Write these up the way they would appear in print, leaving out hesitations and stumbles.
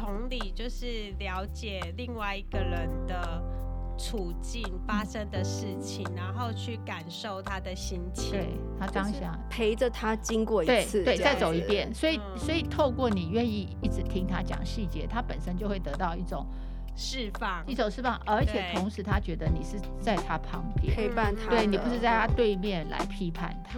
同理，就是了解另外一个人的处境发生的事情，然后去感受他的心情， 对他当下陪着他经过一次， 对，再走一遍。所以透过你愿意一直听他讲细节，他本身就会得到一种释放， 而且同时他觉得你是在他旁边陪伴他， 对你不是在他对面来批判他。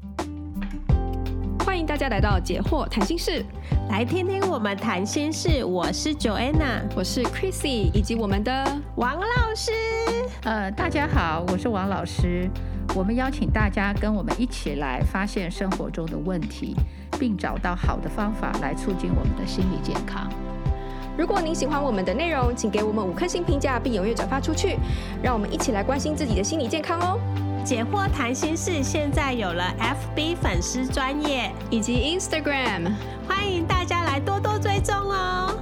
欢迎大家来到解惑谈心室， 来听听我们谈心事。我是 Joanna， 我是 Chrissy， 以及我们的王老师。 大家好，我是王老师。我们邀请大家跟我们一起来发现生活中的问题，并找到好的方法来促进我们的心理健康。 如果您喜欢我们的内容，请给我们5颗星评价，并踊跃转发出去，让我们一起来关心自己的心理健康哦。 解惑谈心事现在有了 FB 粉丝专页以及 Instagram， 欢迎大家来多多追踪哦。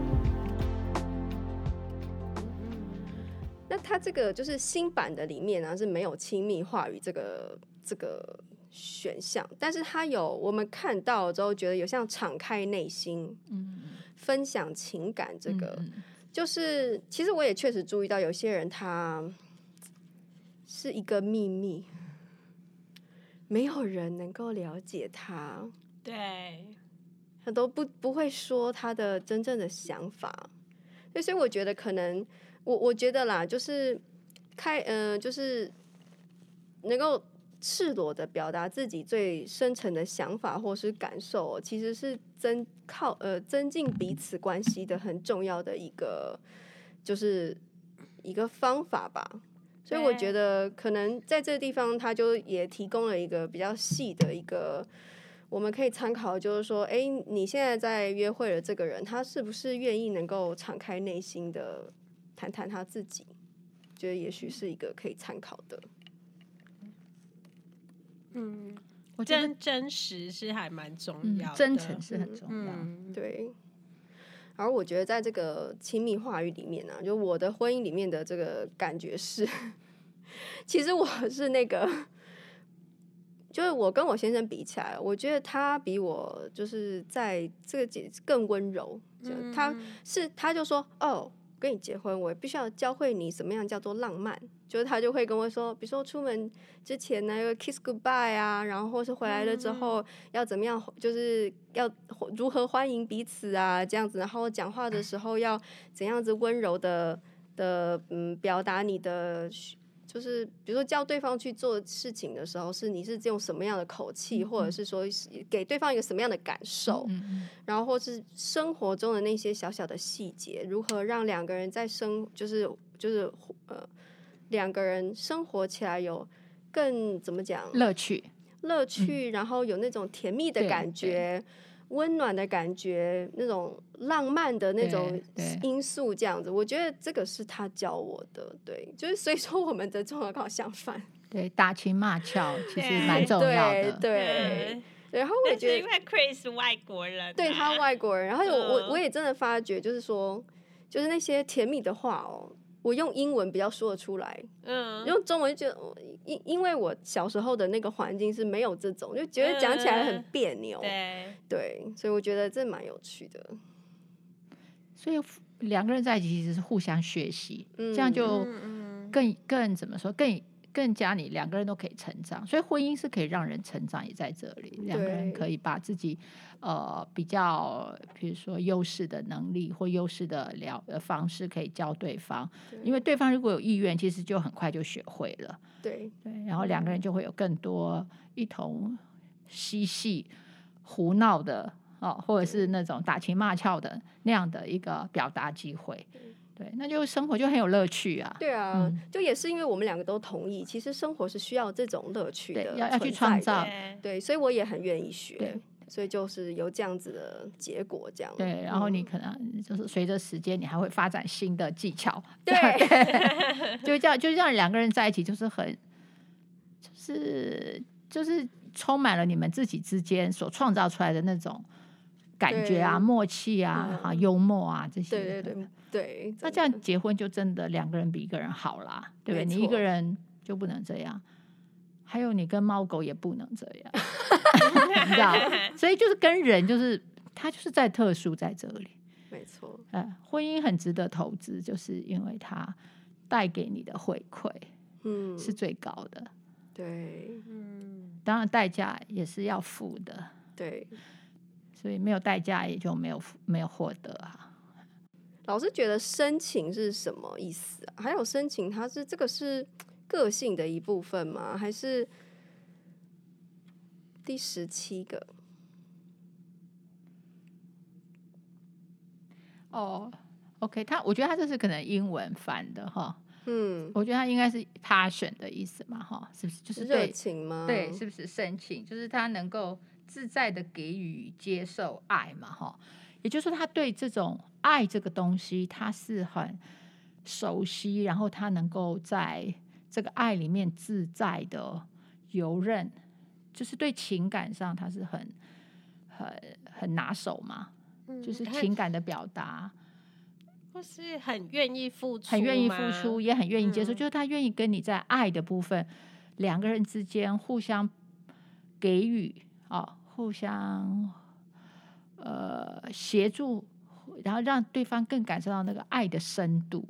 那它这个就是新版的里面呢，是没有亲密话语这个选项，但是它有我们看到之后觉得有像敞开内心，分享情感这个，就是其实我也确实注意到有些人他是一个秘密，没有人能够了解他， 对， 他都不会说他的真正的想法，所以我觉得可能我觉得啦，就是就是能够赤裸的表达自己最深层的想法或是感受，其实是增进彼此关系的很重要的一个方法吧。所以我觉得可能在这个地方，他就也提供了一个比较细的一个我们可以参考，就是说，你现在在约会的这个人，他是不是愿意能够敞开内心的谈谈他自己？觉得也许是一个可以参考的。 我觉得真实是还蛮重要的， 真诚是很重要。 对。而我觉得在这个亲密话语里面呢，就我的婚姻里面的这个感觉是，其实我是那个，就是我跟我先生比起来，我觉得他比我就是在这个更温柔。他就说跟你结婚，我必须要教会你什么样叫做浪漫。就是他就会跟我说，比如说出门之前呢，要 kiss goodbye 啊，然后或是回来了之后要怎么样，就是要如何欢迎彼此啊，这样子。然后讲话的时候要怎样子温柔的表达你的，就是比如说叫对方去做事情的时候，你是用什么样的口气，或者是说给对方一个什么样的感受，然后或是生活中的那些小小的细节，如何让两个人在两个人生活起来有更怎么讲乐趣， 然后有那种甜蜜的感觉，温暖的感觉，那种浪漫的那种因素，这样子，我觉得这个是他教我的。对，就是所以说我们的状况刚好相反。 对，打情骂俏其实蛮重要的。 对。然后我也觉得， 因为 Chris 是外国人， 对他外国人，然后我也真的发觉，就是说，就是那些甜蜜的话我用英文比较说得出来，用中文就觉得因为我小时候的那个环境是没有这种，就觉得讲起来很别扭，对，所以我觉得这蛮有趣的。 所以两个人在一起其实是互相学习，这样就更怎么说，更加你两个人都可以成长。所以婚姻是可以让人成长，也在这里，两个人可以把自己比较比如说优势的能力或优势的方式可以教对方，因为对方如果有意愿，其实就很快就学会了。对，然后两个人就会有更多一同嬉戏胡闹的或者是那种打情骂俏的那样的一个表达机会。对，那就生活就很有乐趣啊。 对啊，就也是因为我们两个都同意，其实生活是需要这种乐趣的， 要去创造。 对，所以我也很愿意学，所以就是有这样子的结果，这样。 对，然后你可能就是随着时间，你还会发展新的技巧。 对， 就这样两个人在一起，就是很，就是充满了你们自己之间所创造出来的那种感觉啊、默契啊、幽默啊这些。 对， 那这样结婚就真的两个人比一个人好啦，对不对？你一个人就不能这样，还有你跟猫狗也不能这样，你知道？所以就是跟人，就是他就是在特殊在这里。 没错。 婚姻很值得投资，就是因为它带给你的回馈，是最高的。 对， 当然代价也是要付的。 对， 所以没有代价也就没有获得啊。 老师觉得深情是什么意思啊？还有深情，这个是个性的一部分吗？还是第17个？ OK， 我觉得他这是可能英文翻的哈。我觉得他应该是 passion 的意思嘛哈，是不是？就是热情吗？ 对，是不是深情？就是他能够自在的给予、接受爱嘛哈。也就是说，他对这种爱这个东西，他是很熟悉，然后他能够在这个爱里面自在的游刃，就是对情感上他是很拿手嘛，就是情感的表达。 或是很愿意付出， 很愿意付出，也很愿意接受，就是他愿意跟你在爱的部分，两个人之间互相给予互相协助，然后让对方更感受到那个爱的深度。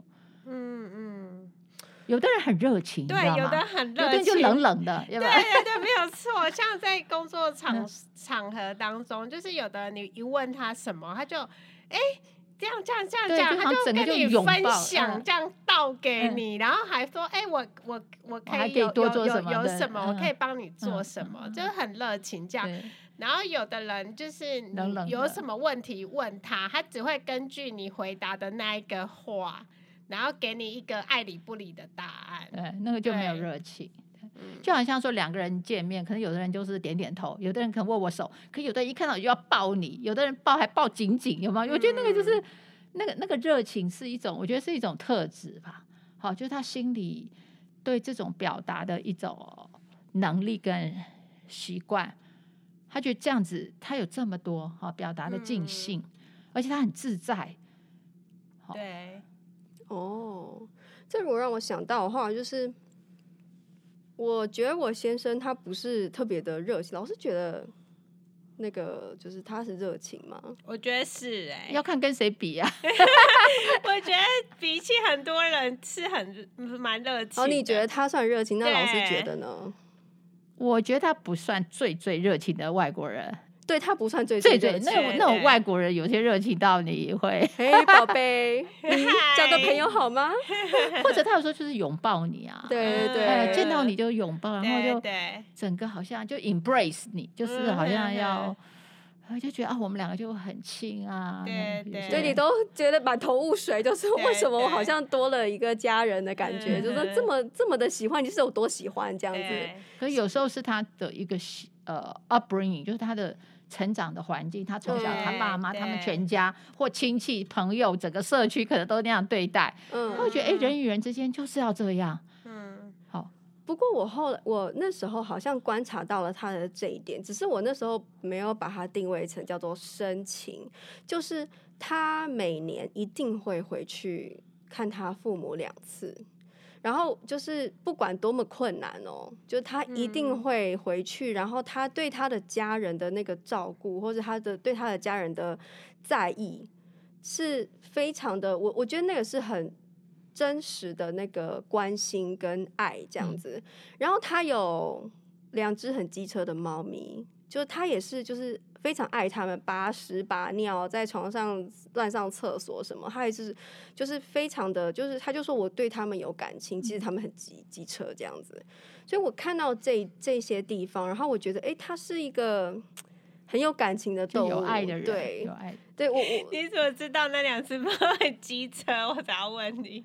有的人很热情， 对，有的很热情， 有的人就冷冷的， 对，没有错。像在工作场合当中，就是有的你一问他什么，他就这样，他就跟你分享，这样倒给你，然后还说，我可以有什么，我可以帮你做什么，就是很热情这样。然后有的人就是你有什么问题问他，他只会根据你回答的那一个话，然后给你一个爱理不理的答案。 那个就没有热情。就好像说两个人见面，可能有的人就是点点头，有的人可能握握手，可有的人一看到就要抱你，有的人还抱紧紧，有吗？我觉得那个就是那个热情是一种，我觉得是一种特质吧。好，就是他心里对这种表达的一种能力跟习惯，他觉得这样子他有这么多表达的尽兴，而且他很自在。 对， 这如果让我想到的话，就是我觉得我先生他不是特别的热情，老是觉得那个就是他是热情吗？ 我觉得是要看跟谁比啊。 我觉得比起很多人是蛮热情的。 你觉得他算热情，那老师觉得呢？ 我觉得他不算最热情的外国人。 对，他不算最那种外国人有些热情到你会嘿宝贝交个朋友好吗？ 或者他有时候就是拥抱你啊， 对， 见到你就拥抱，然后就对整个好像就 embrace 你，就是好像要就觉得我们两个就很亲啊， 对，你都觉得满头雾水，就是为什么我好像多了一个家人的感觉，就是这么的喜欢，你是有多喜欢这样子？ 可是有时候是他的一个upbringing， 就是他的成长的环境，他从小他爸妈他们全家或亲戚朋友整个社区可能都那样对待，他会觉得人与人之间就是要这样。好。 不过我那时候好像观察到了他的这一点，只是我那时候没有把它定位成叫做深情，就是他每年一定会回去看他父母2次。然后就是不管多么困难就他一定会回去，然后他对他的家人的那个照顾，或者对他的家人的在意，是非常的，我觉得那个是很真实的那个关心跟爱这样子。然后他有2只很机车的猫咪，就他也是就是非常爱他们，把屎把尿，在床上乱上厕所什么，他也是就是非常的，就是他就说我对他们有感情，其实他们很机车这样子。所以我看到这些地方，然后我觉得他是一个很有感情的动物， 有爱的人， 对， 有爱。 对我你怎么知道那2只猫很机车？我才要问你。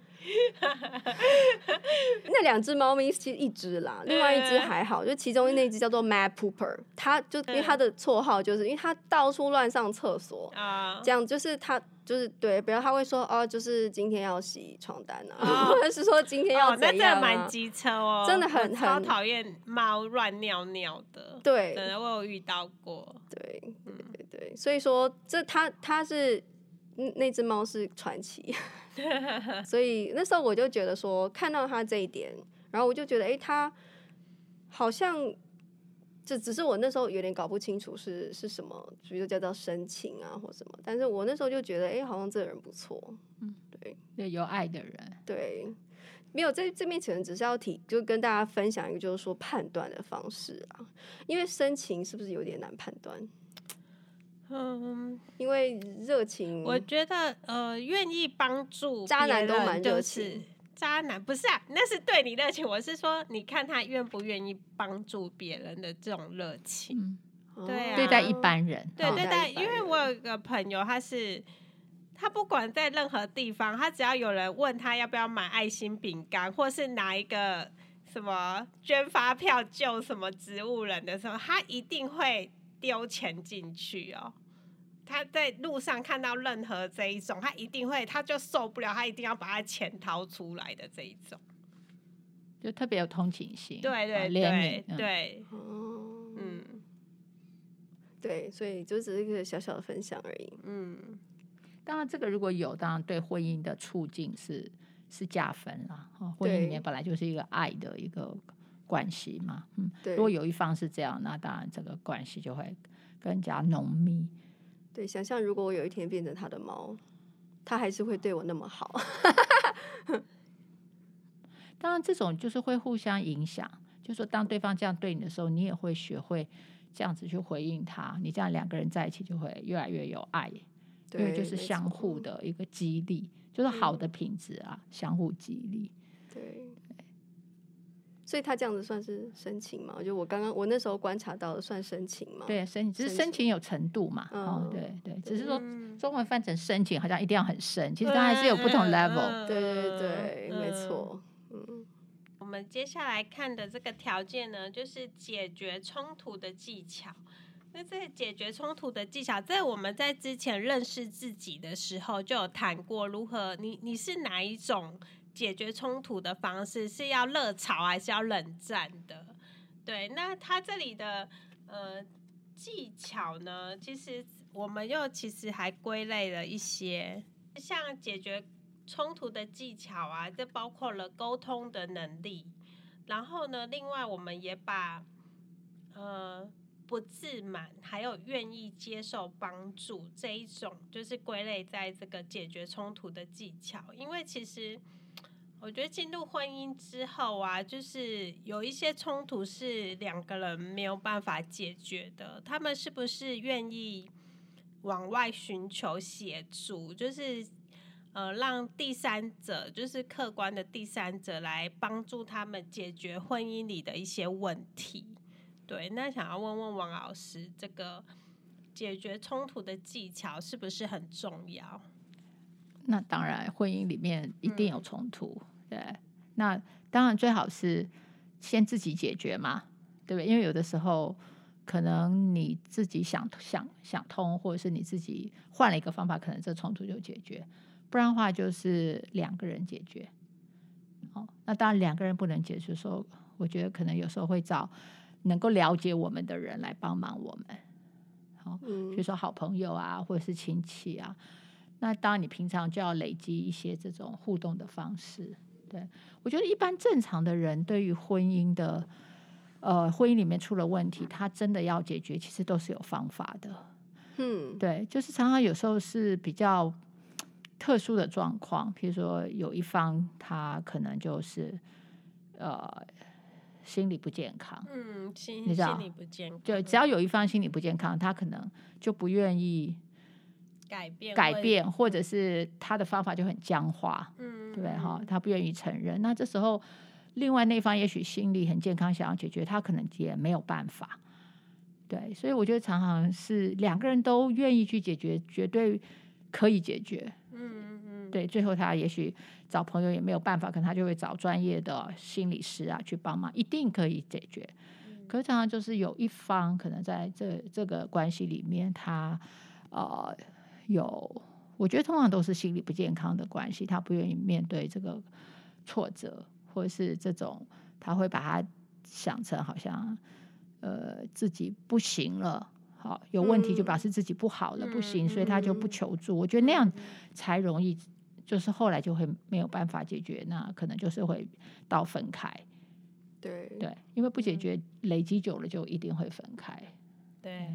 那2只猫咪其实1只啦，另外1只还好，就其中那只叫做 Mad Pooper， 它就因为它的绰号就是因为它到处乱上厕所，这样就是它就是对，比如他会说就是今天要洗床单啊，或者是说今天要怎样那真的蛮机车真的很超讨厌猫乱尿尿的， 对， 真的我有遇到过， 对，所以说它是那只猫是传奇。所以那时候我就觉得说看到他这一点，然后我就觉得他好像这只是我那时候有点搞不清楚是什么，比如叫做深情啊或什么，但是我那时候就觉得，好像这个人不错， 对，有爱的人， 对，没有这面可能只是要就跟大家分享一个，就是说判断的方式啊，因为深情是不是有点难判断？因为热情， 我觉得愿意帮助渣男都蛮热情。渣男不是啊，那是对你热情。我是说，你看他愿不愿意帮助别人的这种热情。对啊， 对待一般人， 对待，因为我有一个朋友，他不管在任何地方，他只要有人问他要不要买爱心饼干，或是拿一个什么捐发票救什么植物人的时候，他一定会丢钱进去哦。他在路上看到任何这一种，他一定会，他就受不了，他一定要把他钱掏出来的这一种， 就特别有同情心， 对对对对， 对，所以就只是一个小小的分享而已。 当然这个如果有，当然对婚姻的促进是加分啦。婚姻里面本来就是一个爱的一个关系嘛，如果有一方是这样，那当然这个关系就会更加浓密。 对，想象如果我有一天变成他的猫，他还是会对我那么好。 当然这种就是会互相影响，就是说当对方这样对你的时候，你也会学会这样子去回应他，你这样两个人在一起就会越来越有爱，因为就是相互的一个激励，就是好的品质啊，相互激励。 对，所以他这样子算是深情吗？就我那时候观察到的算深情吗？ 对，只是深情有程度嘛。对，只是说中文翻成深情好像一定要很深，其实它还是有不同 level。 对，没错。 我们接下来看的这个条件呢，就是解决冲突的技巧。那这解决冲突的技巧，在我们在之前认识自己的时候就有谈过，如何你是哪一种解决冲突的方式，是要热吵还是要冷战的？对，那他这里的技巧呢，其实我们其实还归类了一些，像解决冲突的技巧啊，这包括了沟通的能力，然后呢，另外我们也把不自满还有愿意接受帮助这一种，就是归类在这个解决冲突的技巧。因为其实我觉得进入婚姻之后啊，就是有一些冲突是两个人没有办法解决的，他们是不是愿意往外寻求协助，就是让第三者，就是客观的第三者来帮助他们解决婚姻里的一些问题。对，那想要问问王老师，这个解决冲突的技巧是不是很重要？ 那当然，婚姻里面一定有冲突，对。那当然最好是先自己解决嘛，对不对？因为有的时候可能你自己想通，或者是你自己换了一个方法，可能这冲突就解决。不然的话，就是两个人解决。那当然两个人不能解决的时候，我觉得可能有时候会找能够了解我们的人来帮忙我们，比如说好朋友啊，或者是亲戚啊。那当然你平常就要累积一些这种互动的方式。对，我觉得一般正常的人对于婚姻的婚姻里面出了问题，他真的要解决，其实都是有方法的。对，就是常常有时候是比较特殊的状况，比如说有一方他可能就是心理不健康， 心理不健康， 对，只要有一方心理不健康，他可能就不愿意改变，或者是他的方法就很僵化，对不对？他不愿意承认。那这时候，另外那方也许心理很健康，想要解决，他可能也没有办法。对，所以我觉得常常是两个人都愿意去解决，绝对可以解决。对，最后他也许找朋友也没有办法，可能他就会找专业的心理师啊去帮忙，一定可以解决。可是常常就是有一方可能在这个关系里面，他我觉得通常都是心理不健康的关系，他不愿意面对这个挫折，或者是这种他会把它想成好像自己不行了。好，有问题就表示自己不好了，不行，所以他就不求助。我觉得那样才容易，就是后来就会没有办法解决，那可能就是会到分开。 对， 因为不解决，累积久了就一定会分开。 对，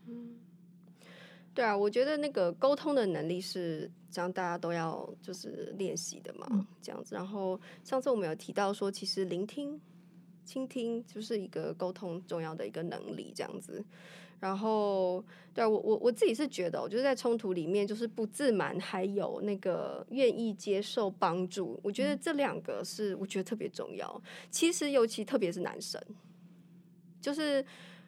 对啊，我觉得那个沟通的能力是这样，大家都要就是练习的嘛，这样子。然后上次我们有提到说，其实倾听就是一个沟通重要的一个能力，这样子。然后，对啊，我自己是觉得，就是在冲突里面，就是不自满，还有那个愿意接受帮助，我觉得这两个是我觉得特别重要。其实尤其特别是男生，就是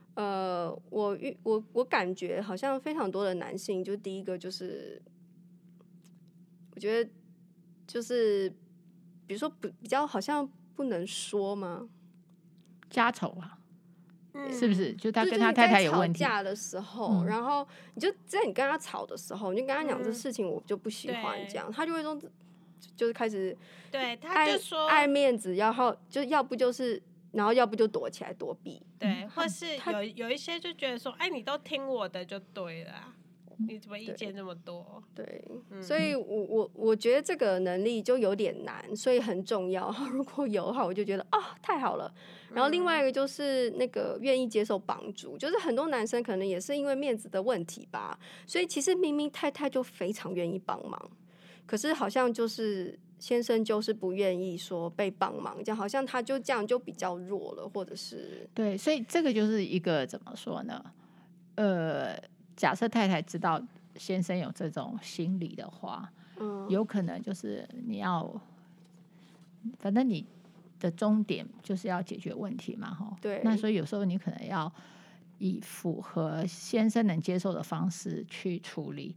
我感觉好像非常多的男性，就第一个就是我觉得就是比如说比较好像不能说吗？ 家丑啊，是不是？就他跟他太太有问题， 吵架的时候，然后在你跟他吵的时候，你就跟他讲这事情我就不喜欢这样，他就会说，就是开始对，他就说爱面子，然后就要不就是。然后要不就躲起来躲避， 对，或是有一些就觉得说，哎，你都听我的就对了，你怎么意见这么多？ 对，所以我觉得这个能力就有点难，所以很重要。如果有的话，我就觉得太好了。然后另外一个就是那个愿意接受帮助，就是很多男生可能也是因为面子的问题吧，所以其实明明太太就非常愿意帮忙，可是好像就是先生就是不愿意说被帮忙，这样好像他就这样就比较弱了，或者是对，所以这个就是一个怎么说呢？假设太太知道先生有这种心理的话，有可能就是你要，反正你的终点就是要解决问题嘛，哈。 对。 那所以有时候你可能要以符合先生能接受的方式去处理。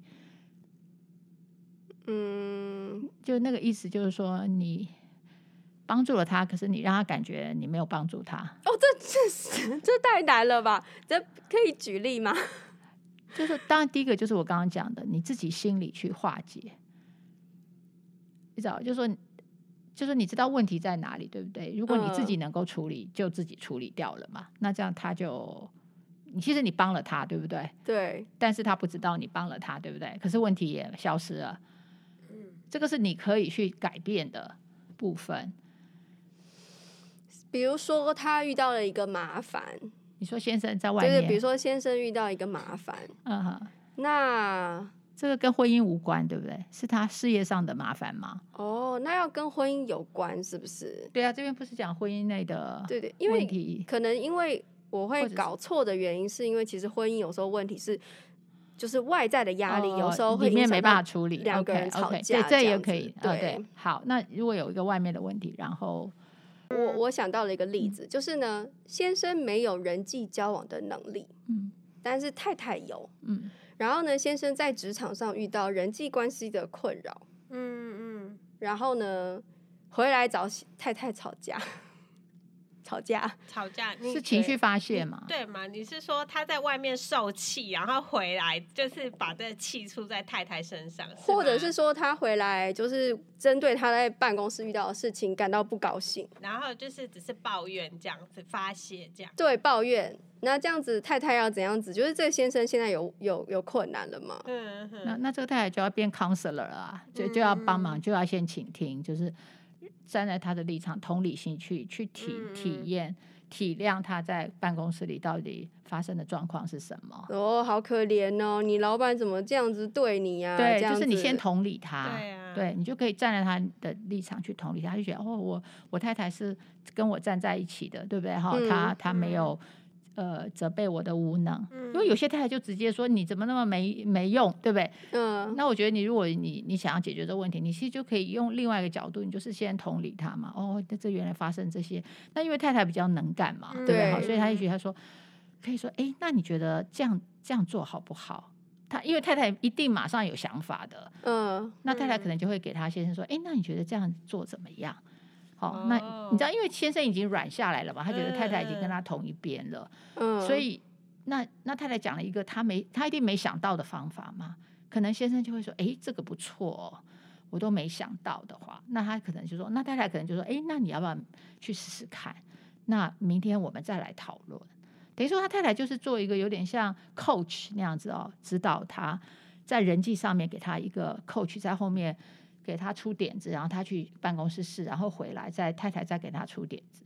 就那个意思就是说，你帮助了他，可是你让他感觉你没有帮助他。 这太难了吧？这可以举例吗？ 就是当然，第一个就是我刚刚讲的，你自己心里去化解。你知道，就是你知道问题在哪里，对不对？如果你自己能够处理，就自己处理掉了嘛。那这样他就，其实你帮了他，对不对？ 对。 但是他不知道你帮了他，对不对？可是问题也消失了。这个是你可以去改变的部分。 比如说他遇到了一个麻烦， 你说先生在外面， 就是比如说先生遇到一个麻烦，那这个跟婚姻无关，对不对？是他事业上的麻烦吗？ 那要跟婚姻有关，是不是？ 对啊，这边不是讲婚姻内的问题， 对，因为可能因为我会搞错的原因，是因为其实婚姻有时候问题是。就是外在的压力，有时候会里面没办法处理， 两个人吵架， 这也可以。 对， 好，那如果有一个外面的问题，然后我想到了一个例子，就是呢，先生没有人际交往的能力，但是太太有，然后呢，先生在职场上遇到人际关系的困扰，然后呢，回来找太太吵架是情绪发泄嘛？ 对嘛？你是说他在外面受气，然后回来就是把这气出在太太身上， 或者是说他回来就是针对他在办公室遇到的事情感到不高兴， 然后就是只是抱怨这样子发泄这样。 对，抱怨。那这样子太太要怎样子？就是这个先生现在有困难了嘛？ 那这个太太就要变 counselor 了啊，就要帮忙，就要先倾听，就是站在他的立场，同理心去体验。体谅他在办公室里到底发生的状况是什么。 好可怜哦，你老板怎么这样子对你呀？ 对，就是你先同理他， 对， 你就可以站在他的立场去同理他，就觉得我太太是跟我站在一起的，对不对？他没有责备我的无能，因为有些太太就直接说你怎么那么没用，对不对？那我觉得你如果你想要解决这个问题，你其实就可以用另外一个角度，你就是先同理他嘛。这原来发生这些，那因为太太比较能干嘛，对不对？所以他也许他说可以说，那你觉得这样做好不好？因为太太一定马上有想法的，那太太可能就会给他先生说，那你觉得这样做怎么样？那你知道，因为先生已经软下来了嘛，他觉得太太已经跟他同一边了，所以那太太讲了一个他一定没想到的方法嘛，可能先生就会说，这个不错我都没想到的话，那他可能就说，那太太可能就说，那你要不要去试试看？那明天我们再来讨论。等于说他太太就是做一个有点像 coach 那样子指导他在人际上面，给他一个 coach 在后面给他出点子，然后他去办公室试，然后回来太太再给他出点子。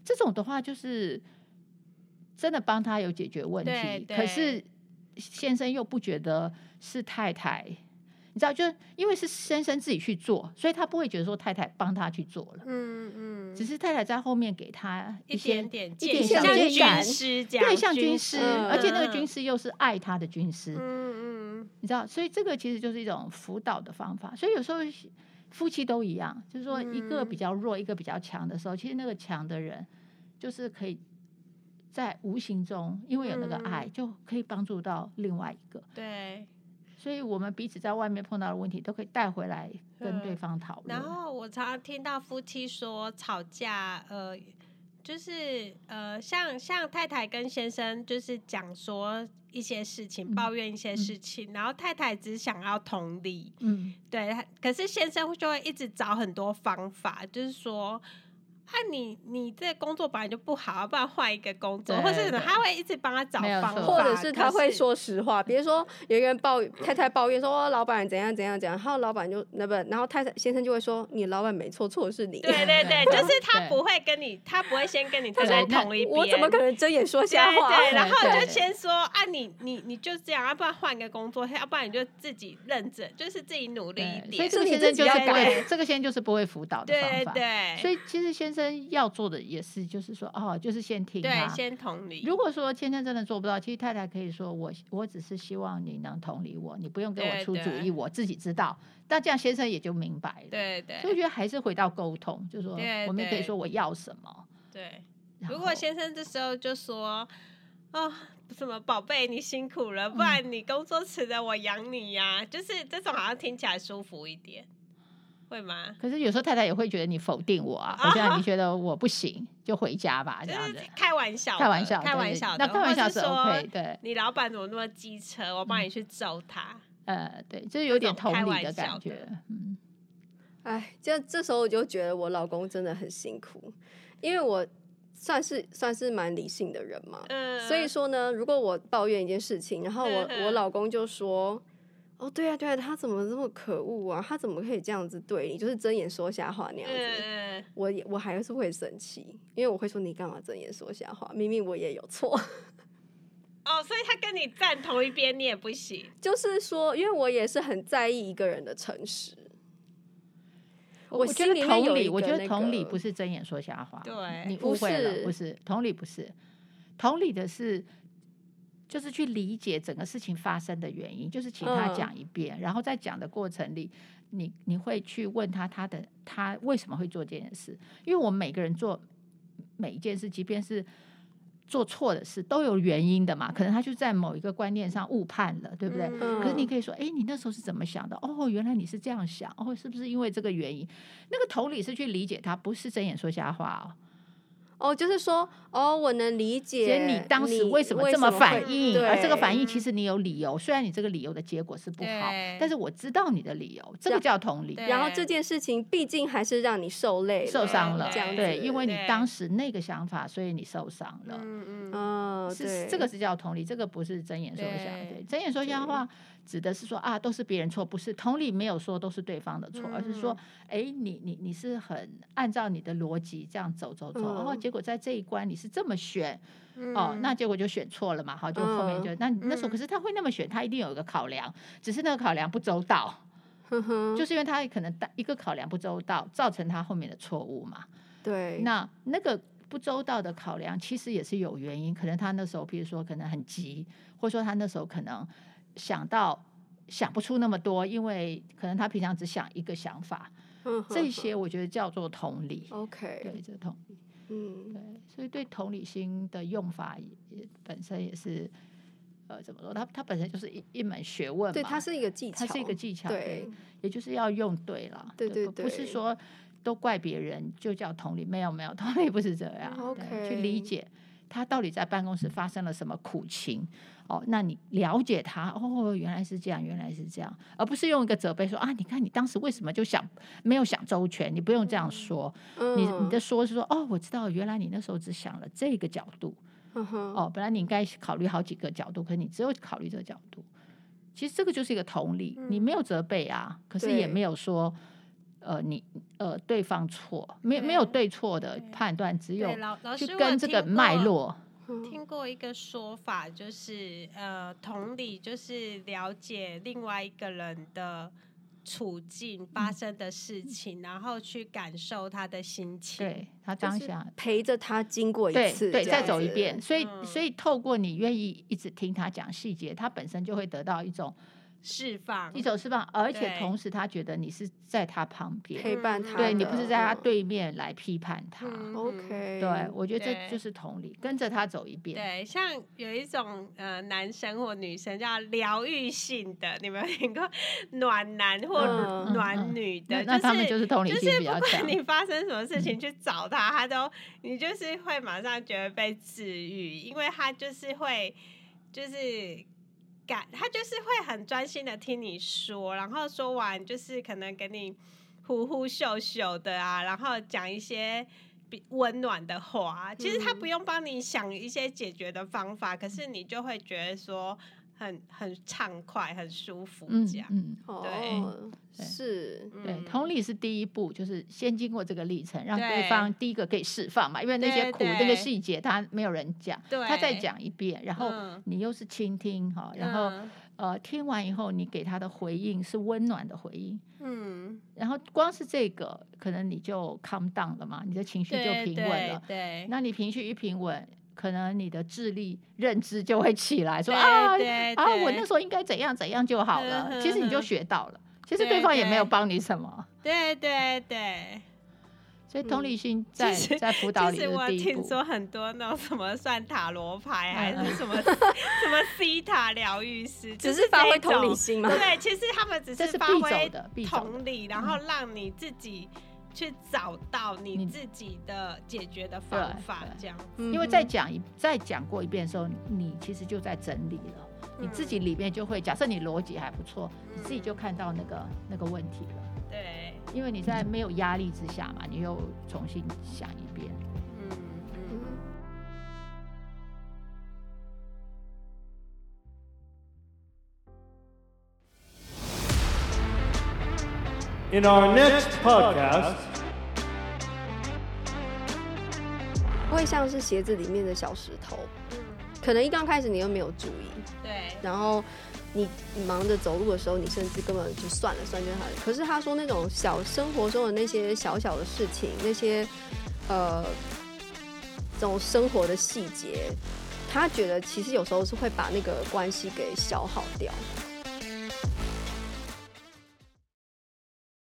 这种的话就是真的帮他有解决问题，可是先生又不觉得是太太，你知道，就是因为是先生自己去做，所以他不会觉得说太太帮他去做了，只是太太在后面给他一点像军师这样， 对，像军师，而且那个军师又是爱他的军师，你知道，所以这个其实就是一种辅导的方法。所以有时候夫妻都一样，就是说一个比较弱，一个比较强的时候，其实那个强的人就是可以在无形中，因为有那个爱，就可以帮助到另外一个。 对， 所以我们彼此在外面碰到的问题，都可以带回来跟对方讨论。 然后我常常听到夫妻说吵架，就是像太太跟先生就是讲说一些事情，抱怨一些事情，然后太太只想要同理，对，可是先生就会一直找很多方法，就是说。你这工作本来就不好，不然换一个工作，或是他会一直帮他找方法， 或者是他会说实话。比如说有一个人太太抱怨说老板怎样怎样怎样，然后老板就然后先生就会说你老板没错，错的是你。 对，就是他不会跟你，他不会先跟你站在同一边。 我怎么可能睁眼说瞎话？ 对，然后就先说你就这样，要不然换一个工作，要不然你就自己认真，就是自己努力一点。 所以这个先生就是不会，这个先生就是不会辅导的方法。 对， 所以其实先生要做的也是，就是说就是先听他， 对，先同理。 如果说先生真的做不到，其实太太可以说我只是希望你能同理我，你不用给我出主意，我自己知道。但这样先生也就明白了。 对， 所以我觉得还是回到沟通，就是说我们可以说我要什么。 对，如果先生这时候就说什么宝贝你辛苦了，不然你工作辞了我养你呀，就是这种好像听起来舒服一点。会吗？ 可是有时候太太也会觉得你否定我啊，我想你觉得我不行，就回家吧，这样子。 开玩笑， 开玩笑， 那开玩笑是 OK， 对。 你老板怎么那么机车？我帮你去揍他。 对，就是有点同理的感觉。 这时候我就觉得我老公真的很辛苦，因为我算是蛮理性的人嘛，所以说呢，如果我抱怨一件事情，然后我老公就说。对啊，他怎么这么可恶啊？他怎么可以这样子对你？就是睁眼说瞎话那样子。我还是会生气，因为我会说你干嘛睁眼说瞎话？明明我也有错。 所以他跟你站同一边，你也不行。 就是说，因为我也是很在意一个人的诚实。 我觉得同理，我觉得同理不是睁眼说瞎话。 对， 你误会了，不是同理，不是同理的是。就是去理解整个事情发生的原因，就是请他讲一遍，然后在讲的过程里，你会去问他为什么会做这件事？因为我们每个人做每一件事，即便是做错的事，都有原因的嘛。可能他就在某一个观念上误判了，对不对？可是你可以说，你那时候是怎么想的？原来你是这样想，是不是因为这个原因？那个同理是去理解他，不是睁眼说瞎话就是说，我能理解你当时为什么这么反应，而这个反应其实你有理由，虽然你这个理由的结果是不好，但是我知道你的理由，这个叫同理。 然后这件事情毕竟还是让你受伤了， 这样子， 对，因为你当时那个想法，所以你受伤了。这个是叫同理，这个不是睁眼说瞎话。对，睁眼说瞎话指的是说都是别人错，不是同理没有说都是对方的错，而是说，你是很按照你的逻辑这样走，然后结果在这一关你是这么选，那结果就选错了嘛，好，就后面就那时候，可是他会那么选，他一定有一个考量，只是那个考量不周到，就是因为他可能一个考量不周到，造成他后面的错误嘛。 对， 那个不周到的考量其实也是有原因，可能他那时候比如说可能很急，或者说他那时候可能想不出那么多，因为可能他平常只想一个想法，这些我觉得叫做同理。 OK， 对，这个同理，对，所以对同理心的用法本身也是，怎么说？它本身就是一门学问嘛， 对，它是一个技巧， 对，也就是要用对了， 对， 不是说都怪别人就叫同理，没有，同理不是这样。 OK， 去理解他到底在办公室发生了什么苦情。那你了解他，原来是这样，而不是用一个责备说你看你当时为什么就没有想周全，你不用这样说，你的说是说我知道，原来你那时候只想了这个角度，本来你应该考虑好几个角度，可是你只有考虑这个角度，其实这个就是一个同理，你没有责备可是也没有说对方错，没有对错的判断，只有去老跟这个脉络。 听过一个说法，就是同理就是了解另外一个人的处境发生的事情，然后去感受他的心情， 对他当下陪着他经过一次， 对，再走一遍。所以透过你愿意一直听他讲细节，他本身就会得到一种释放， 而且同时他觉得你是在他旁边陪伴他， 对你不是在他对面来批判他。 OK， 对，我觉得这就是同理，跟着他走一遍。 对，像有一种男生或女生叫疗愈性的，你们有听过暖男或暖女的？ 那他们就是同理心比较强。 就是不管你发生什么事情去找他，你就是会马上觉得被治愈，因为他就是会他就是会很专心的听你说，然后说完就是可能给你呼呼秀秀的啊，然后讲一些温暖的话。其实他不用帮你想一些解决的方法，可是你就会觉得说很畅快、很舒服这样。 对，是， 对，同理是第一步，就是先经过这个历程，让对方第一个可以释放嘛，因为那些苦、那个细节他没有人讲，他再讲一遍，然后你又是倾听哈，然后听完以后，你给他的回应是温暖的回应，然后光是这个，可能你就 calm down 了嘛，你的情绪就平稳了， 对， 那你情绪一平稳。可能你的智力认知就会起来，说我那时候应该怎样怎样就好了。其实你就学到了，其实对方也没有帮你什么。 对对对， 所以同理心在辅导里的第一步。 其实我听说很多那种什么算塔罗牌，还是什么西塔疗愈师， 只是发挥同理心嘛。 对，其实他们只是发挥同理，然后让你自己去找到你自己的解决的方法，这样。 因为再讲过一遍的时候，你其实就在整理了，你自己里面就会，假设你逻辑还不错，你自己就看到那个问题了。 对， 因为你在没有压力之下嘛，你又重新想一遍。 In our next podcast， 会像是鞋子里面的小石头，可能一刚开始你又没有注意， 对， 然后你忙着走路的时候，你甚至根本就算了就好了。可是他说那种小生活中的那些小小的事情，那些这种生活的细节，他觉得其实有时候是会把那个关系给消耗掉。